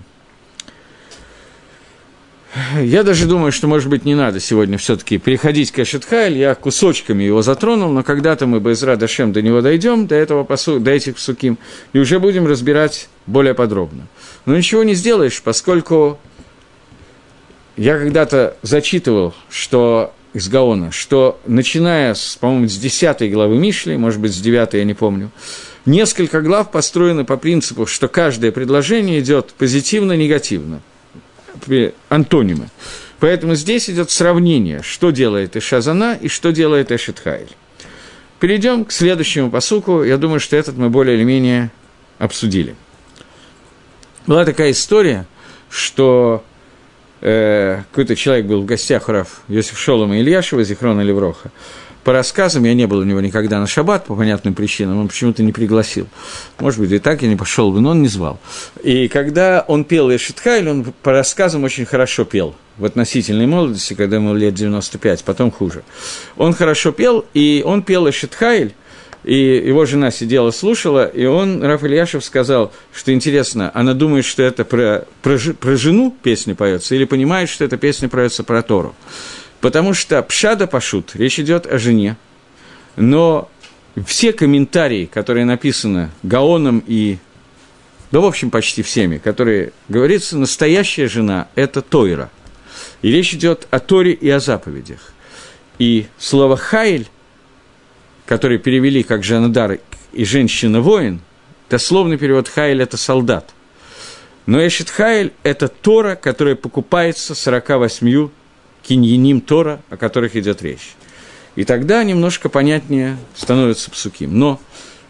Я даже думаю, что, может быть, не надо сегодня все-таки переходить к Эшет Хайль, я кусочками его затронул, но когда-то мы Бе'эзрат Ашем до него дойдем, до, этого пасу, до этих псуким, и уже будем разбирать более подробно. Но ничего не сделаешь, поскольку я когда-то зачитывал, что из Гаона, что начиная, с, по-моему, с десятой главы Мишли, может быть, с девятой, я не помню, несколько глав построены по принципу, что каждое предложение идет позитивно-негативно. Антонимы. Поэтому здесь идет сравнение, что делает Иша Зана и что делает Эшет Хайль. Перейдем к следующему пасуку. Я думаю, что этот мы более или менее обсудили. Была такая история, что э, какой-то человек был в гостях у рав Йосеф Шолома Ильяшева, Зихрона Левроха. По рассказам, я не был у него никогда на шаббат, по понятным причинам, он почему-то не пригласил. Может быть, и так я не пошел бы, но он не звал. И когда он пел Эшет Хайль, он по рассказам очень хорошо пел. В относительной молодости, когда ему лет девяносто пять, потом хуже. Он хорошо пел, и он пел Эшет Хайль, и его жена сидела, слушала, и он, рав Ильяшев, сказал, что интересно, она думает, что это про, про, про жену песня поется, или понимает, что эта песня поется про Тору. Потому что пшада пашут, речь идет о жене, но все комментарии, которые написаны Гаоном и, да, в общем, почти всеми, которые говорится, настоящая жена – это Тойра. И речь идет о Торе и о заповедях. И слово «хайль», которое перевели как «жанадар» и «женщина-воин», дословный перевод «хайль» – это «солдат». Но Эшет Хайль – это Тора, которая покупается сорока восьмью киньяним Тора, о которых идет речь. И тогда немножко понятнее становится псуким. Но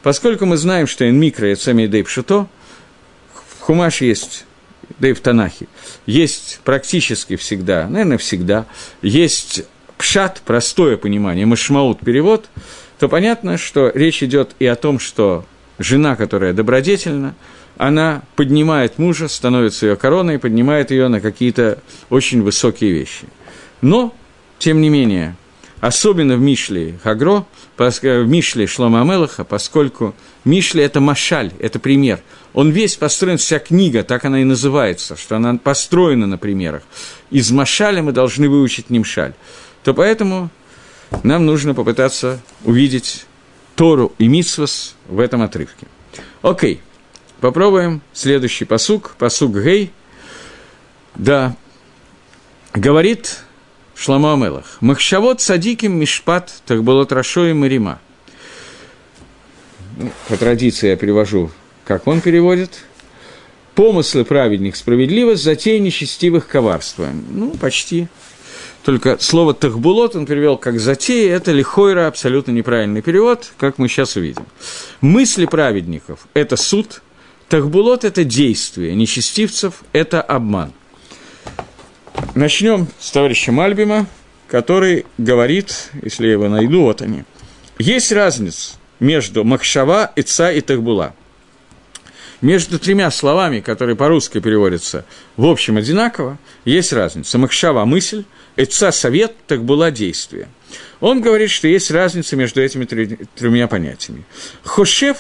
Поскольку мы знаем, что ин микро это самый дей пшуто, в Хумаше есть, да и в Танахе, есть практически всегда, наверное, всегда, есть пшат, простое понимание, машмаут, перевод, то понятно, что речь идет и о том, что жена, которая добродетельна, она поднимает мужа, становится ее короной, поднимает ее на какие-то очень высокие вещи. Но, тем не менее, особенно в Мишле Хагро, в Мишле Шломо ха-Мелеха, поскольку Мишли – это машаль, это пример. Он весь построен, вся книга, так она и называется, что она построена на примерах. Из машаля мы должны выучить нимшаль. То поэтому нам нужно попытаться увидеть Тору и мицвос в этом отрывке. Окей, попробуем следующий пасук, пасук гей. Да, говорит Шломо ха-Мелех: «Махшавот садиким мишпат тахболот рашо и марима». По традиции я перевожу, как он переводит. «Помыслы праведник справедливость, затеи нечестивых коварство». Ну, почти. Только слово «тахбулот» он перевел как «затея», это лихойра, абсолютно неправильный перевод, как мы сейчас увидим. Мысли праведников – это суд, тахбулот – это действие, нечестивцев – это обман. Начнем с товарища Мальбима, который говорит, если я его найду, вот они. Есть разница между махшава, эца и тахбула. Между тремя словами, которые по-русски переводятся в общем одинаково, есть разница. Махшава – мысль, эца – совет, тахбула – действие. Он говорит, что есть разница между этими тремя понятиями. Хошев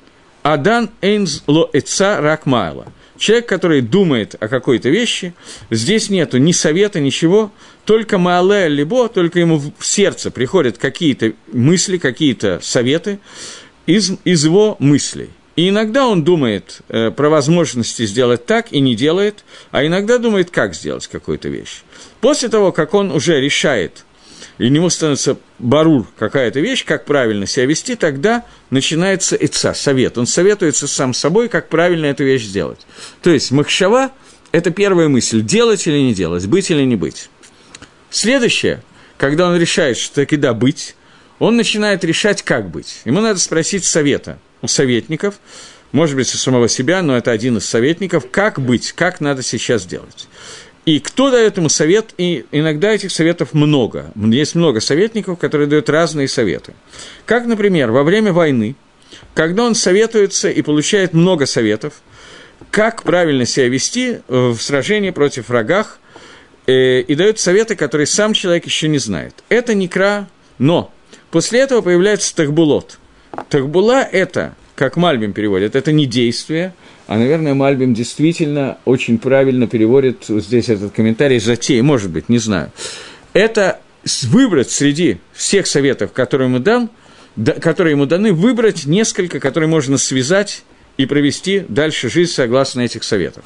адан эйнз ло эца рак майла. Человек, который думает о какой-то вещи, здесь нету ни совета, ничего, только маале либо, только ему в сердце приходят какие-то мысли, какие-то советы из, из его мыслей. И иногда он думает э, про возможности сделать так и не делает, а иногда думает, как сделать какую-то вещь. После того, как он уже решает, и у него становится барур какая-то вещь, как правильно себя вести, тогда начинается эца, совет. Он советуется сам собой, как правильно эту вещь сделать. То есть махшава – это первая мысль, делать или не делать, быть или не быть. Следующее, когда он решает, что таки да, быть, он начинает решать, как быть. Ему надо спросить совета у советников, может быть, у самого себя, но это один из советников, как быть, как надо сейчас делать. И кто дает ему совет, и иногда этих советов много. Есть много советников, которые дают разные советы. Как, например, во время войны, когда он советуется и получает много советов, как правильно себя вести в сражении против врагах, э, и дает советы, которые сам человек еще не знает. Это никра, но после этого появляется тахбулот. Тахбула – это, как Мальбим переводит, это не действие, а, наверное, Мальбим действительно очень правильно переводит здесь этот комментарий «затея», может быть, не знаю. Это выбрать среди всех советов, которые ему, дан, да, которые ему даны, выбрать несколько, которые можно связать и провести дальше жизнь согласно этих советов.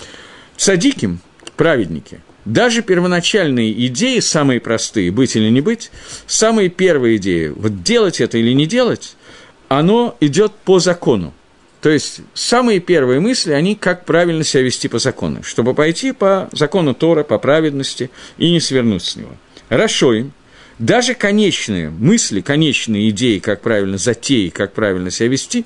Цадиким, праведники, даже первоначальные идеи, самые простые, быть или не быть, самые первые идеи, вот делать это или не делать, оно идет по закону. То есть самые первые мысли, они как правильно себя вести по закону, чтобы пойти по закону Тора, по праведности и не свернуть с него. Рашоим, даже конечные мысли, конечные идеи, как правильно, затеи, как правильно себя вести,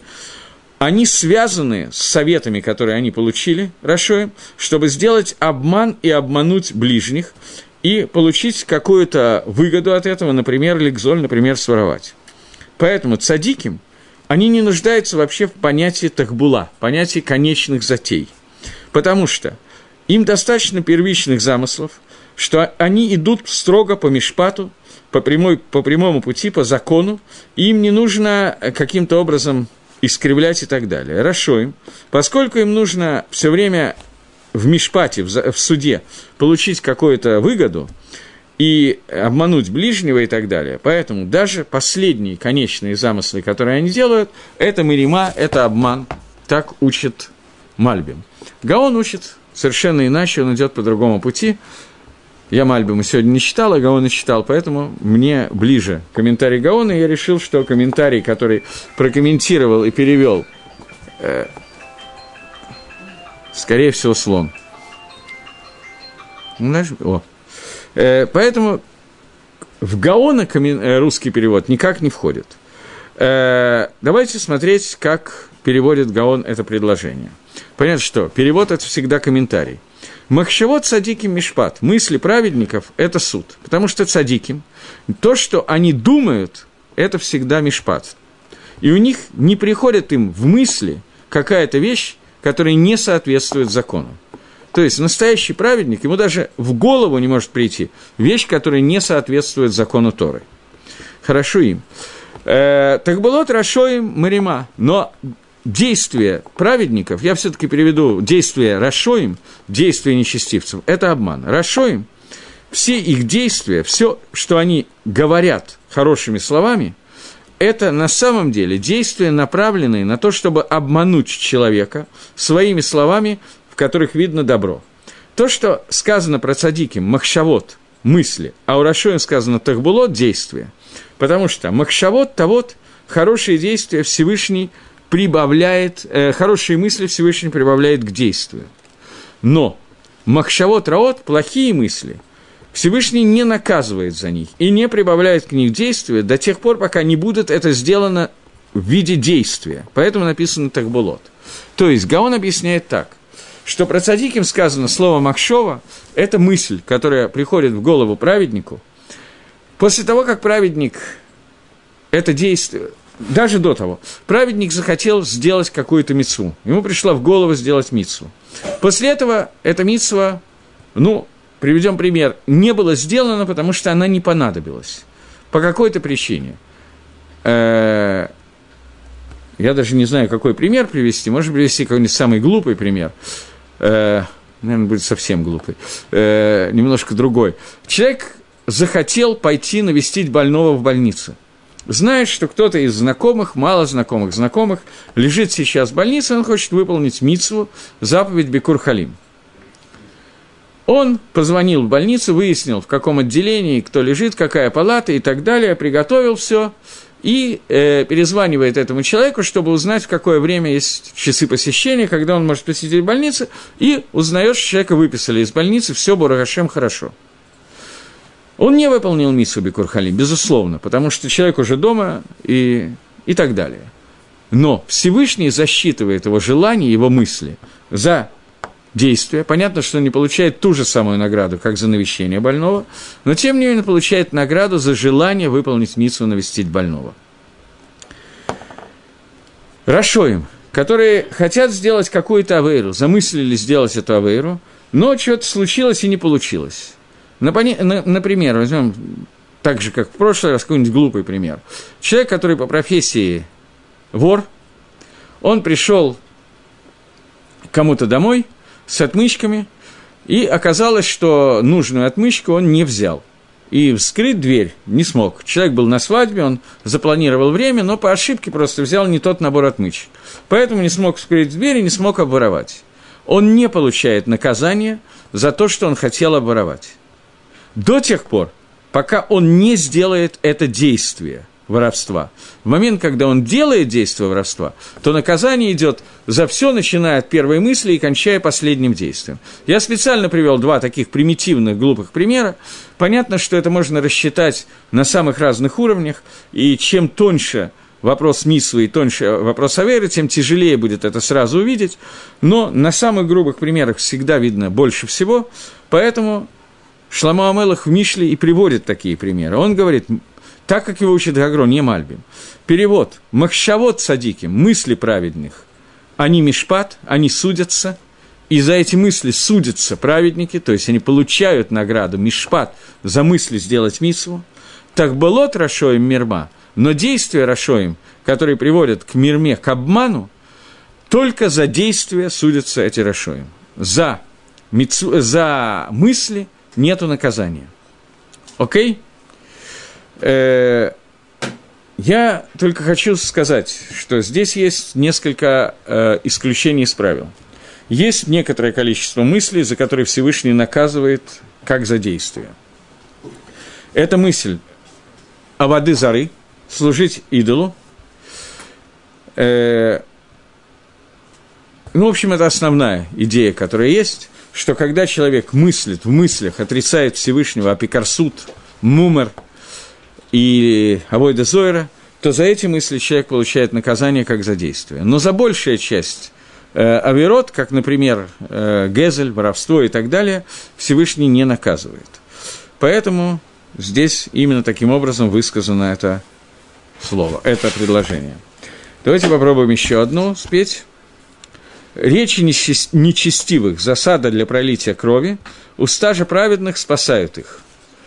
они связаны с советами, которые они получили, Рашоим, чтобы сделать обман и обмануть ближних, и получить какую-то выгоду от этого, например, ликзоль, например, своровать. Поэтому цадиким, они не нуждаются вообще в понятии тахбула, понятии конечных затей, потому что им достаточно первичных замыслов, что они идут строго по мишпату, по, прямой, по прямому пути, по закону, и им не нужно каким-то образом искривлять и так далее. Хорошо им, поскольку им нужно все время в мишпате, в, в суде, получить какую-то выгоду, и обмануть ближнего и так далее. Поэтому даже последние конечные замыслы, которые они делают, это мирима, это обман. Так учит Мальбим. Гаон учит совершенно иначе, он идет по другому пути. Я Мальбима сегодня не читал, а Гаона читал, поэтому мне ближе комментарий Гаона, и я решил, что комментарий, который прокомментировал и перевел, э, скорее всего, слон. О. Поэтому в Гаона русский перевод никак не входит. Э, давайте смотреть, как переводит Гаон это предложение. Понятно, что перевод – это всегда комментарий. Махшавот цадиким мишпат. Мысли праведников – это суд. Потому что цадиким, то, что они думают, это всегда мишпат. И у них не приходит им в мысли какая-то вещь, которая не соответствует закону. То есть настоящий праведник, ему даже в голову не может прийти вещь, которая не соответствует закону Торы. Хорошо им. Э, так было хорошо им марима, но действия праведников, я все-таки переведу действия рашоим, действия нечестивцев, это обман. Рашоим, все их действия, все, что они говорят хорошими словами, это на самом деле действия, направленные на то, чтобы обмануть человека своими словами, в которых видно добро. То, что сказано про цадиким, махшавот, мысли, а у рашоим сказано тахбулот, действия. Потому что махшавот, тавот, хорошие действия Всевышний прибавляет, э, хорошие мысли Всевышний прибавляет к действию. Но махшавот, раот, плохие мысли, Всевышний не наказывает за них и не прибавляет к них действия до тех пор, пока не будет это сделано в виде действия. Поэтому написано тахбулот. То есть Гаон объясняет так, что про цадиким сказано слово «махшова» – это мысль, которая приходит в голову праведнику. После того, как праведник это действие, даже до того, праведник захотел сделать какую-то мицву. Ему пришла в голову сделать мицву. После этого эта мицва, ну, приведем пример, не была сделана, потому что она не понадобилась. По какой-то причине. Я даже не знаю, какой пример привести. Может привести какой-нибудь самый глупый пример. Наверное, будет совсем глупый. Немножко другой. Человек захотел пойти навестить больного в больнице. Знает, что кто-то из знакомых, мало знакомых знакомых, лежит сейчас в больнице, он хочет выполнить мицву, заповедь Бикур Халим. Он позвонил в больницу, выяснил, в каком отделении, кто лежит, какая палата и так далее, приготовил все и э, перезванивает этому человеку, чтобы узнать, в какое время есть часы посещения, когда он может посетить больницу, и узнает, что человека выписали из больницы, все, Борух Ашем, хорошо. Он не выполнил мицву Бикур Халим, безусловно, потому что человек уже дома и, и так далее. Но Всевышний засчитывает его желания, его мысли за действие. Понятно, что он не получает ту же самую награду, как за навещение больного, но тем не менее получает награду за желание выполнить мицву навестить больного. Рашоим, которые хотят сделать какую-то авейру, замыслили сделать эту авейру, но что-то случилось и не получилось. Например, возьмем так же, как в прошлый раз, какой-нибудь глупый пример. Человек, который по профессии вор, он пришел к кому-то домой с отмычками, и оказалось, что нужную отмычку он не взял. И вскрыть дверь не смог. Человек был на свадьбе, он запланировал время, но по ошибке просто взял не тот набор отмычек. Поэтому не смог вскрыть дверь и не смог обворовать. Он не получает наказания за то, что он хотел обворовать. До тех пор, пока он не сделает это действие воровства. В момент, когда он делает действие воровства, то наказание идет за все, начиная от первой мысли и кончая последним действием. Я специально привел два таких примитивных, глупых примера. Понятно, что это можно рассчитать на самых разных уровнях, и чем тоньше вопрос мицвы и тоньше вопрос аверы, тем тяжелее будет это сразу увидеть. Но на самых грубых примерах всегда видно больше всего, поэтому Шломо ха-Мелех в Мишле и приводит такие примеры. Он говорит, так как его учит Гагро, не Мальбим. Перевод. Махшавот цадиким, мысли праведных, они мишпат, они судятся, и за эти мысли судятся праведники, то есть они получают награду мишпат за мысли сделать мицву. Так болот рашоим мирма, но действия рашоим, которые приводят к мирме, к обману, только за действия судятся эти рашоим. За, мицву, за мысли нету наказания. Окей? Э, я только хочу сказать, что здесь есть несколько э, исключений из правил. Есть некоторое количество мыслей, за которые Всевышний наказывает, как за действие. Это мысль о воды зары, служить идолу. Э, ну, в общем, это основная идея, которая есть, что когда человек мыслит в мыслях, отрицает Всевышнего, апикарсут, мумер и авойда зойра, то за эти мысли человек получает наказание как за действие. Но за большую часть э, авирот, как, например, э, гезель, воровство и так далее, Всевышний не наказывает. Поэтому здесь именно таким образом высказано это слово, это предложение. Давайте попробуем еще одно спеть. Речи нечестивых – засада для пролития крови, уста же праведных спасают их.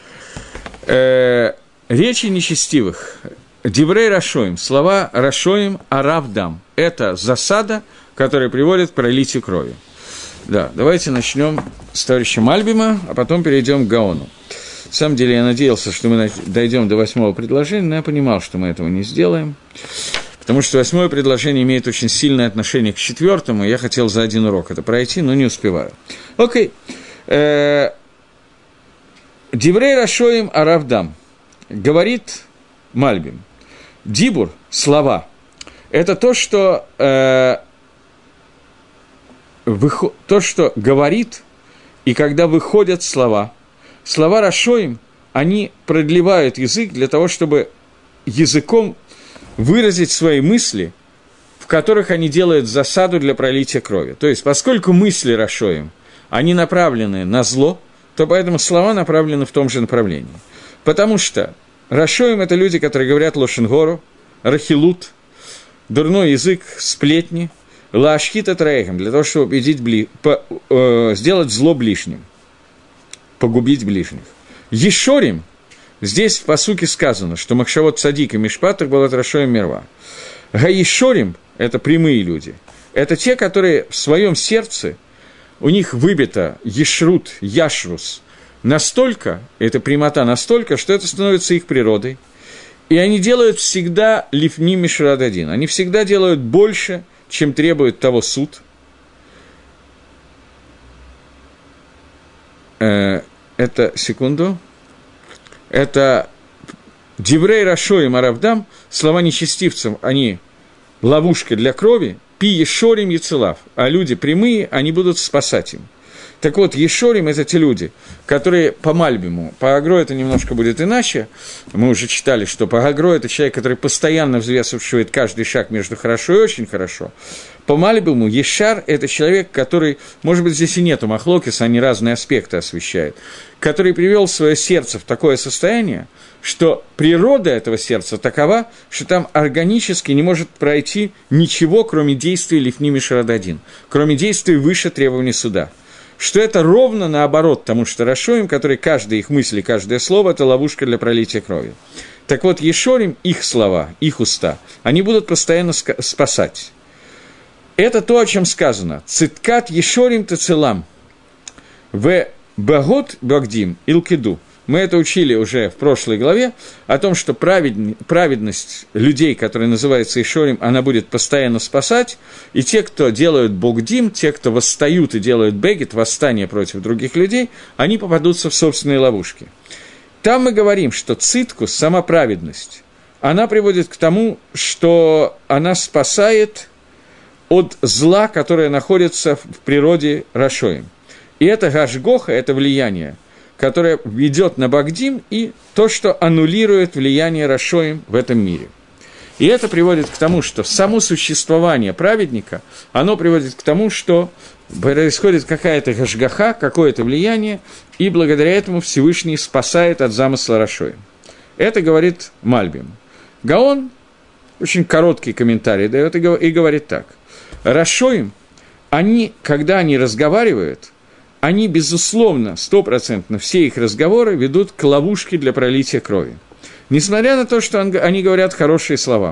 Э, речи нечестивых – диврей рашоим, слова рашоим аравдам – это засада, которая приводит к пролитию крови. Да, давайте начнем с товарища Мальбима, а потом перейдем к Гаону. На самом деле я надеялся, что мы дойдем до восьмого предложения, но я понимал, что мы этого не сделаем. Потому что восьмое предложение имеет очень сильное отношение к четвертому, и я хотел за один урок это пройти, но не успеваю. Окей. Диврей рашоим аравдам. Говорит Мальбим. Дибур, слова, это то, что, э, выход, то, что говорит, и когда выходят слова. Слова рашоим, они продлевают язык для того, чтобы языком выразить свои мысли, в которых они делают засаду для пролития крови. То есть, поскольку мысли рашоим, они направлены на зло, то поэтому слова направлены в том же направлении. Потому что рашоим – это люди, которые говорят лошенгору, рахилут, дурной язык, сплетни, лаашхита траехам, для того, чтобы убедить бли... по... э, сделать зло ближним, погубить ближних. Ешорим, здесь в пасуке сказано, что махшавот цадик и мишпатах был от рашоим мирва. Гаешорим – это прямые люди. Это те, которые в своем сердце, у них выбито ешрут, яшрус, настолько, эта прямота настолько, что это становится их природой. И они делают всегда лифни мишрад один. Они всегда делают больше, чем требует того суд. Это, секунду, это диврей рашоим аравдам, слова нечестивцев, они ловушка для крови, пи ешорим яцелав, а люди прямые, они будут спасать им. Так вот, ешорим – это те люди, которые по Мальбиму, по Агро это немножко будет иначе, мы уже читали, что по Агро это человек, который постоянно взвешивает каждый шаг между хорошо и очень хорошо. По Мальбиму ешар – это человек, который, может быть, здесь и нету махлокиса, они разные аспекты освещают, который привел свое сердце в такое состояние, что природа этого сердца такова, что там органически не может пройти ничего, кроме действий лифни мишрад один, кроме действий выше требований суда. Что это ровно наоборот тому, что рашоим, который каждая их мысль, каждое слово – это ловушка для пролития крови. Так вот, ешорим, их слова, их уста, они будут постоянно спасать. Это то, о чем сказано. Циткат ешорим тецелам. В багот багдим илкиду. Мы это учили уже в прошлой главе, о том, что правед... праведность людей, которые называются ешорим, она будет постоянно спасать, и те, кто делают богдим, те, кто восстают и делают бегет, восстание против других людей, они попадутся в собственные ловушки. Там мы говорим, что циткус, сама праведность, она приводит к тому, что она спасает от зла, которое находится в природе рашоим. И это гашгоха, это влияние, которое ведет на багдим, и то, что аннулирует влияние рашоим в этом мире. И это приводит к тому, что само существование праведника, оно приводит к тому, что происходит какая-то гашгаха, какое-то влияние, и благодаря этому Всевышний спасает от замысла рашоим. Это говорит Мальбим. Гаон очень короткий комментарий дает и говорит так. Рашоим, они, когда они разговаривают, они, безусловно, стопроцентно все их разговоры ведут к ловушке для пролития крови. Несмотря на то, что они говорят хорошие слова.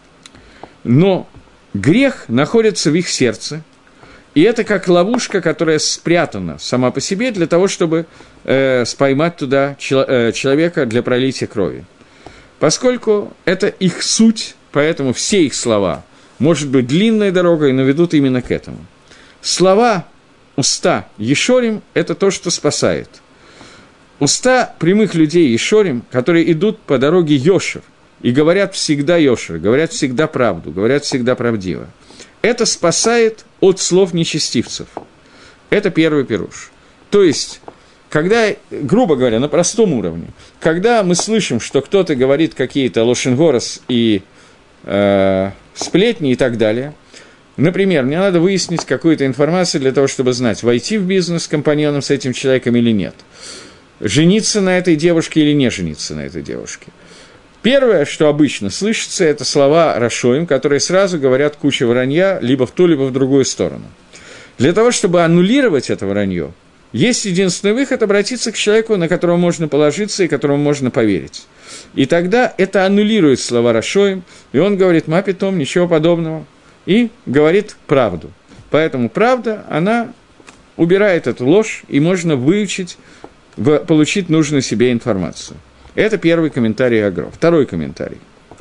Но грех находится в их сердце, и это как ловушка, которая спрятана сама по себе для того, чтобы э, споймать туда чел- э, человека для пролития крови. Поскольку это их суть, поэтому все их слова, может быть, длинной дорогой, но ведут именно к этому. Слова уста ешорим – это то, что спасает. Уста прямых людей ешорим, которые идут по дороге йошер и говорят всегда йошер, говорят всегда правду, говорят всегда правдиво. Это спасает от слов нечестивцев. Это первый пируш. То есть, когда, грубо говоря, на простом уровне, когда мы слышим, что кто-то говорит какие-то лошенгорос и э, сплетни и так далее. Например, мне надо выяснить какую-то информацию для того, чтобы знать, войти в бизнес с компаньоном с этим человеком или нет. Жениться на этой девушке или не жениться на этой девушке. Первое, что обычно слышится, это слова рашоим, которые сразу говорят кучу вранья либо в ту, либо в другую сторону. Для того, чтобы аннулировать это вранье, есть единственный выход – обратиться к человеку, на которого можно положиться и которому можно поверить. И тогда это аннулирует слова рашоим, и он говорит «ма питом», ничего подобного, и говорит правду. Поэтому правда, она убирает эту ложь, и можно выучить, получить нужную себе информацию. Это первый комментарий Агро. Второй комментарий.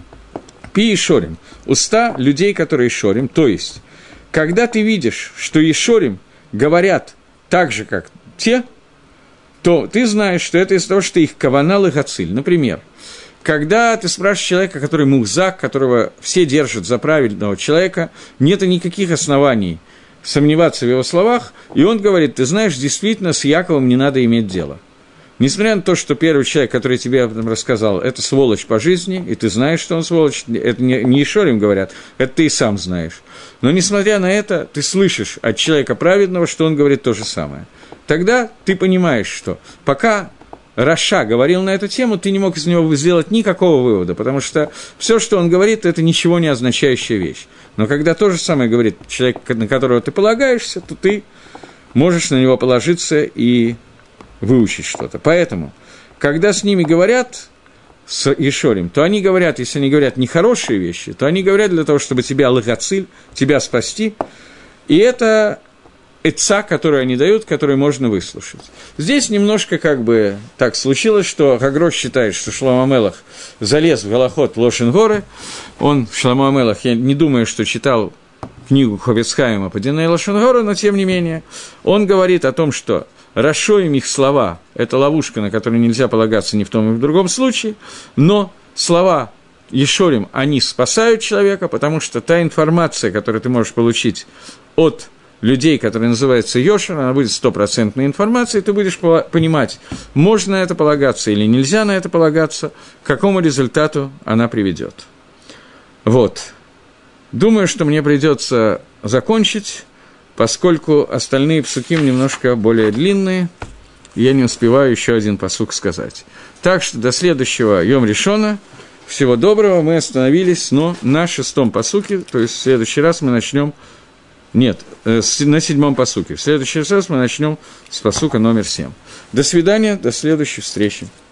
Пи и шорим. Уста людей, которые шорим. То есть, когда ты видишь, что ешорим говорят так же, как те, то ты знаешь, что это из-за того, что их каванал и гациль. Например, когда ты спрашиваешь человека, который мухзак, которого все держат за правильного человека, нет никаких оснований сомневаться в его словах, и он говорит, ты знаешь, действительно, с Яковом не надо иметь дело. Несмотря на то, что первый человек, который тебе об этом рассказал, это сволочь по жизни, и ты знаешь, что он сволочь, это не, не Ишорим говорят, это ты и сам знаешь. Но, несмотря на это, ты слышишь от человека праведного, что он говорит то же самое. Тогда ты понимаешь, что пока Раша говорил на эту тему, ты не мог из него сделать никакого вывода, потому что все, что он говорит, это ничего не означающая вещь. Но когда то же самое говорит человек, на которого ты полагаешься, то ты можешь на него положиться и выучить что-то. Поэтому, когда с ними говорят, с Ишорим, то они говорят, если они говорят нехорошие вещи, то они говорят для того, чтобы тебя лыгациль, тебя спасти. И это эца, которую они дают, которую можно выслушать. Здесь немножко как бы так случилось, что Агро считает, что Шломо ха-Мелех залез в Галахот Лошен-Горы. Он, Шломо ха-Мелех, я не думаю, что читал книгу Хофец Хаима по Диней Лошен-Горы, но тем не менее, он говорит о том, что Рашоим их слова – это ловушка, на которую нельзя полагаться ни в том, ни в другом случае, но слова Ешорим, они спасают человека, потому что та информация, которую ты можешь получить от людей, которые называются Йошер, она будет стопроцентной информацией, ты будешь понимать, можно на это полагаться или нельзя на это полагаться, к какому результату она приведет. Вот. Думаю, что мне придется закончить, поскольку остальные псуким немножко более длинные, я не успеваю еще один пасук сказать. Так что до следующего Йом Ришона. Всего доброго. Мы остановились, но на шестом пасуке, то есть в следующий раз мы начнем... Нет, э, на седьмом пасуке. В следующий раз мы начнем с пасука номер семь. До свидания, до следующей встречи.